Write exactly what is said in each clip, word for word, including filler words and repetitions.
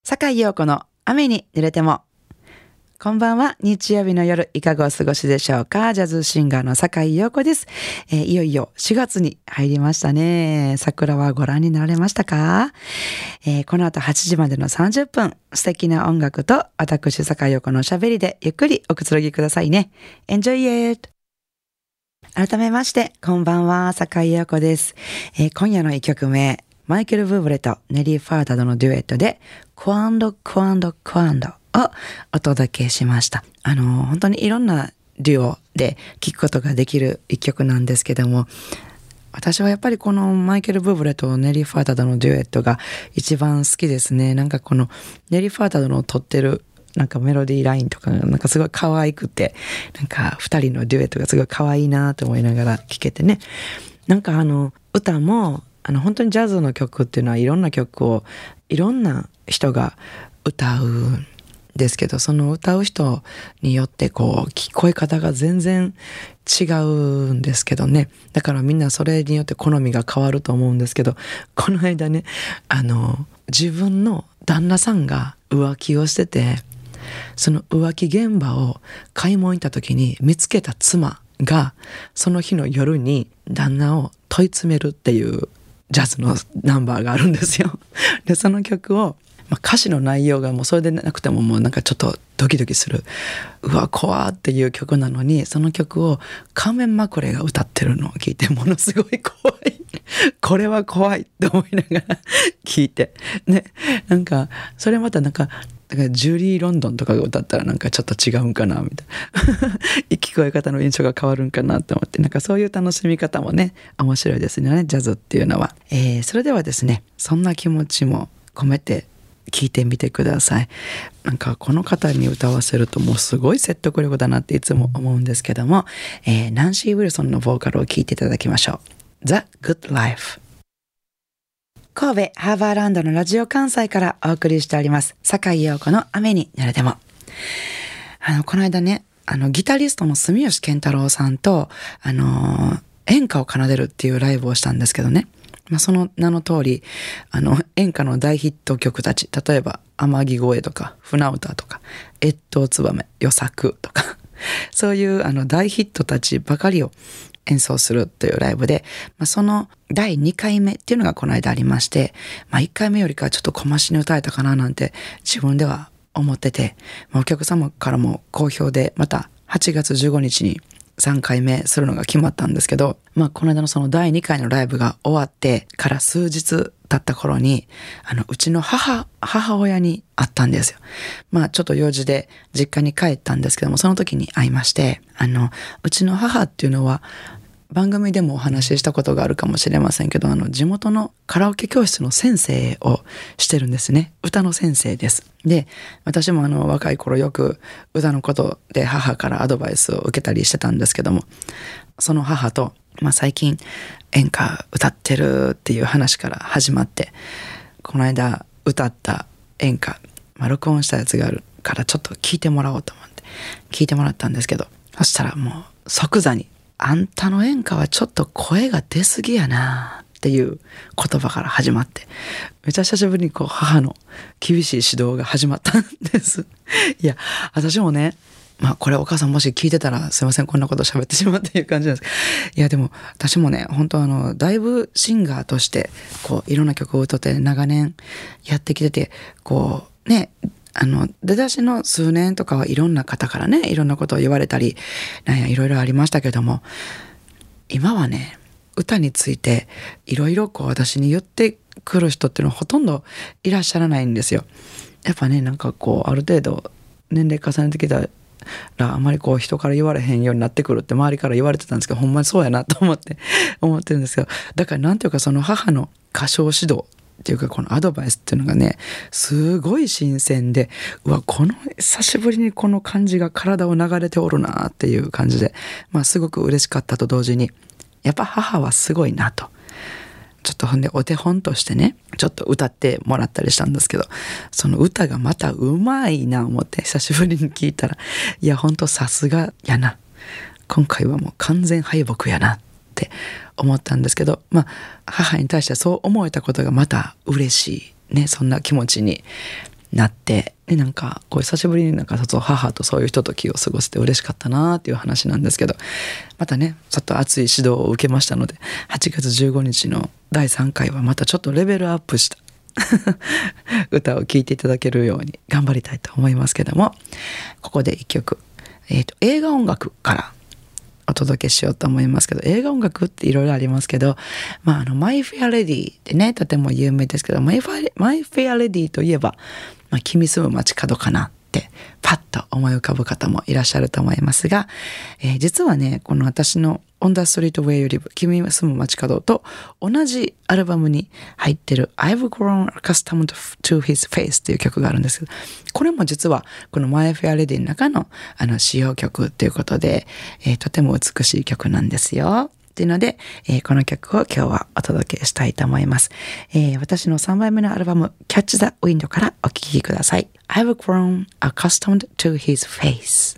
坂井陽子の雨に濡れても。こんばんは。日曜日の夜いかがお過ごしでしょうか。ジャズシンガーの坂井陽子です、えー、いよいよしがつに入りましたね。桜はご覧になられましたか。えー、この後はちじまでのさんじゅっぷん、素敵な音楽と私坂井陽子のおしゃべりでゆっくりおくつろぎくださいね。 Enjoy it。 改めましてこんばんは、坂井陽子です、えー、今夜のいっきょくめ、マイケル・ブーブレとネリー・ファータドのデュエットでクワンドクワンドクワンドをお届けしました。あの本当にいろんなデュオで聴くことができる一曲なんですけども、私はやっぱりこのマイケル・ブーブレとネリー・ファータドのデュエットが一番好きですね。なんかこのネリー・ファータドの撮ってるなんかメロディーラインとかがなんかすごい可愛くて、なんか二人のデュエットがすごい可愛いなと思いながら聴けてね。なんかあの歌もあの本当にジャズの曲っていうのはいろんな曲をいろんな人が歌うんですけど、その歌う人によってこう聞こえ方が全然違うんですけどね。だからみんなそれによって好みが変わると思うんですけど、この間ね、あの自分の旦那さんが浮気をしてて、その浮気現場を買い物行った時に見つけた妻がその日の夜に旦那を問い詰めるっていうジャズのナンバーがあるんですよ。でその曲を、まあ、歌詞の内容がもうそれでなくてももうなんかちょっとドキドキする、うわ怖っていう曲なのに、その曲を仮面まくれが歌ってるのを聞いてものすごい怖いこれは怖いって思いながら聞いてね、なんかそれまたなんかだからジュリー・ロンドンとかが歌ったらなんかちょっと違うんかなみたいな聞こえ方の印象が変わるんかなと思って、なんかそういう楽しみ方もね面白いですね、ジャズっていうのは。えー、それではですね、そんな気持ちも込めて聞いてみてください。なんかこの方に歌わせるともうすごい説得力だなっていつも思うんですけども、えー、ナンシー・ウィルソンのボーカルを聞いていただきましょう。 The Good Life。神戸ハーバーランドのラジオ関西からお送りしております坂井陽子の雨に濡れても。あのこの間ね、あのギタリストの住吉健太郎さんとあの演歌を奏でるっていうライブをしたんですけどね、まあ、その名の通りあの演歌の大ヒット曲たち、例えば天城越えとか船歌とか越冬燕与作とかそういうあの大ヒットたちばかりを演奏するというライブで、まあ、そのだいにかいめっていうのがこの間ありまして、まあ、いっかいめよりかはちょっと小増しに歌えたかななんて自分では思ってて、まあ、お客様からも好評でまたはちがつじゅうごにちにさんかいめするのが決まったんですけど、まあこの間のそのだいにかいのライブが終わってから数日経った頃に、あのうちの母母親に会ったんですよ。まあちょっと用事で実家に帰ったんですけども、その時に会いまして、あのうちの母っていうのは番組でもお話ししたことがあるかもしれませんけど、あの地元のカラオケ教室の先生をしてるんですね。歌の先生です。で、私もあの若い頃よく歌のことで母からアドバイスを受けたりしてたんですけども、その母と、まあ、最近演歌歌ってるっていう話から始まって、この間歌った演歌、まあ、録音したやつがあるからちょっと聞いてもらおうと思って聞いてもらったんですけど、そしたらもう即座に、あんたの演歌はちょっと声が出すぎやなっていう言葉から始まって、めちゃ久しぶりにこう母の厳しい指導が始まったんです。いや、私もね、まあこれお母さんもし聞いてたらすいません、こんなこと喋ってしまっていう感じなんです。いやでも私もね、本当あのだいぶシンガーとしてこういろんな曲を歌って長年やってきてて、こうね、あの出だしの数年とかはいろんな方からねいろんなことを言われたりなんやいろいろありましたけども、今はね歌についていろいろこう私に言ってくる人っていうのはほとんどいらっしゃらないんですよ。やっぱね、なんかこうある程度年齢重ねてきたらあまりこう人から言われへんようになってくるって周りから言われてたんですけど、ほんまにそうやなと思って思ってるんですけど、だからなんていうかその母の歌唱指導っていうかこのアドバイスっていうのがねすごい新鮮で、うわこの久しぶりにこの感じが体を流れておるなっていう感じで、まあすごく嬉しかったと同時に、やっぱ母はすごいなと、ちょっとほんでお手本としてねちょっと歌ってもらったりしたんですけど、その歌がまたうまいな思って久しぶりに聞いたら、いやほんとさすがやな、今回はもう完全敗北やなって思ったんですけど、まあ母に対してそう思えたことがまた嬉しいね、そんな気持ちになって、でなんかこう久しぶりになんか母とそういう人と気を過ごして嬉しかったなっていう話なんですけど、またねちょっと熱い指導を受けましたので、はちがつじゅうごにちのだいさんかいはまたちょっとレベルアップした歌を聴いていただけるように頑張りたいと思いますけども、ここで一曲、えーと、映画音楽からお届けしようと思いますけど、映画音楽っていろいろありますけど、まああのマイ・フェア・レディってねとても有名ですけど、マイ・フェア・マイ・フェア・レディといえば、まあ、君住む街角かなってパッと思い浮かぶ方もいらっしゃると思いますが、えー、実はねこの私のOn the Street Where You Live 君住む街角と同じアルバムに入ってる I've Grown Accustomed to His Face という曲があるんですけど、これも実はこの My Fair Lady の中のあの使用曲ということで、えー、とても美しい曲なんですよというので、えー、この曲を今日はお届けしたいと思います。えー、私のさんばいめのアルバム Catch the Wind からお聴きください。I've grown accustomed to his face。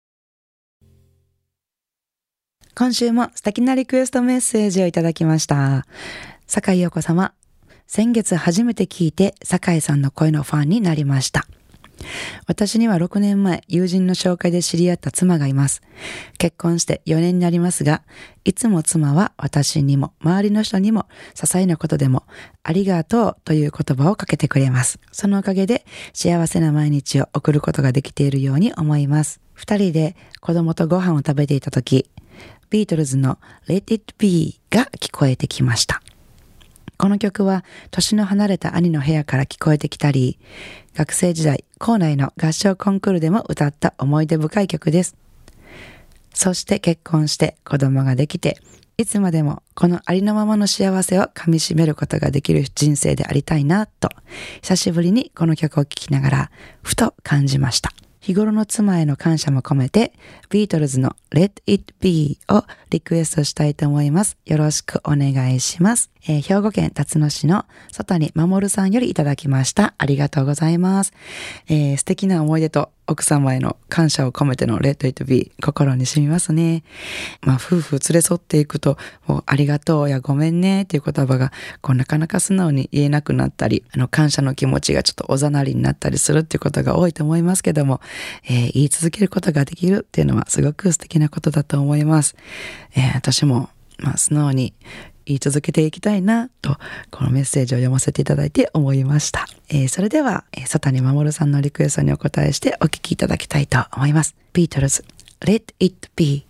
今週も素敵なリクエストメッセージをいただきました。酒井陽子様、先月初めて聞いて酒井さんの声のファンになりました。私にはろくねんまえ、友人の紹介で知り合った妻がいます。結婚してよねんになりますが、いつも妻は私にも周りの人にも些細なことでもありがとうという言葉をかけてくれます。そのおかげで幸せな毎日を送ることができているように思います。二人で子供とご飯を食べていたとき、ビートルズの Let It Be が聞こえてきました。この曲は年の離れた兄の部屋から聞こえてきたり、学生時代校内の合唱コンクールでも歌った思い出深い曲です。そして結婚して子供ができて、いつまでもこのありのままの幸せをかみしめることができる人生でありたいなと、久しぶりにこの曲を聴きながらふと感じました。日頃の妻への感謝も込めて、ビートルズの Let It Be をリクエストしたいと思います。よろしくお願いします。えー、兵庫県辰野市の外に守さんよりいただきました。ありがとうございます。えー、素敵な思い出と奥様への感謝を込めての Let It Be、 心に染みますね。まあ夫婦連れ添っていくと、もうありがとうやごめんねっていう言葉がこうなかなか素直に言えなくなったり、あの感謝の気持ちがちょっとおざなりになったりするっていうことが多いと思いますけども、えー、言い続けることができるっていうのはすごく素敵なことだと思います。えー、私もまあ素直に言い続けていきたいなと、このメッセージを読ませていただいて思いました。えー、それでは、えー、曽谷守さんのリクエストにお答えしてお聞きいただきたいと思います。ビートルズ Let It Be。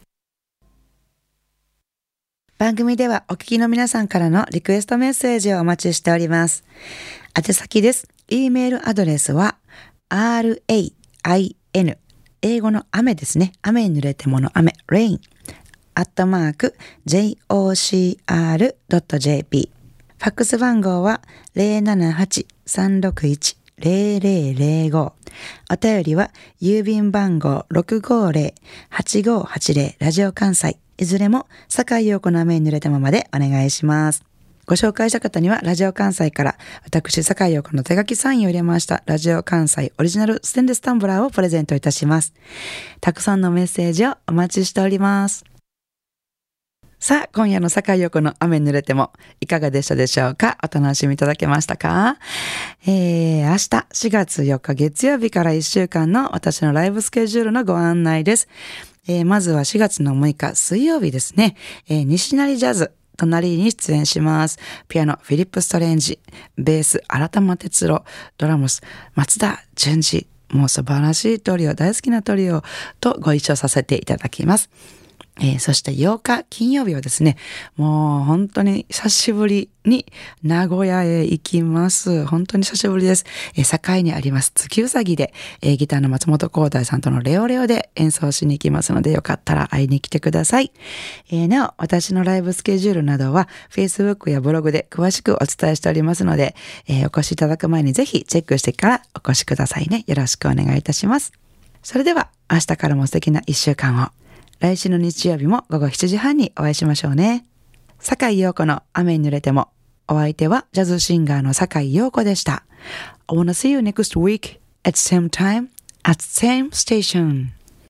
番組ではお聞きの皆さんからのリクエストメッセージをお待ちしております。宛先です。 E メールアドレスは ライン、英語の雨ですね、雨に濡れてもの雨 rainアットマーク ジェイオーシーアールドットジェーピー。 ファックス番号は ゼロななはち さんろくいち ゼロゼロゼロご。 お便りは郵便番号 ろくごーぜろ はちごーはちぜろ ラジオ関西、いずれも酒井陽子の雨に濡れたままでお願いします。ご紹介した方にはラジオ関西から私酒井陽子の手書きサインを入れましたラジオ関西オリジナルステンレスタンブラーをプレゼントいたします。たくさんのメッセージをお待ちしております。さあ、今夜の酒井陽子の雨に濡れてもいかがでしたでしょうか。お楽しみいただけましたか。えー、明日しがつよっか月曜日からいっしゅうかんの私のライブスケジュールのご案内です。えー、まずはしがつのむいか水曜日ですね、えー、西成ジャズ隣に出演します。ピアノフィリップ・ストレンジ、ベース新玉哲郎、ドラムス松田純次、もう素晴らしいトリオ、大好きなトリオとご一緒させていただきます。えー、そしてようか金曜日はですね、もう本当に久しぶりに名古屋へ行きます。本当に久しぶりです。えー、堺にあります月うさぎで、えー、ギターの松本光大さんとのレオレオで演奏しに行きますので、よかったら会いに来てください。えー、なお、私のライブスケジュールなどは Facebook やブログで詳しくお伝えしておりますので、えー、お越しいただく前にぜひチェックしてからお越しくださいね。よろしくお願いいたします。それでは明日からも素敵ないっしゅうかんを。来週の日曜日もごごしちじはんにお会いしましょうね。酒井陽子の雨に濡れても。お相手はジャズシンガーの酒井陽子でした。I wanna see you next week at same time at same station.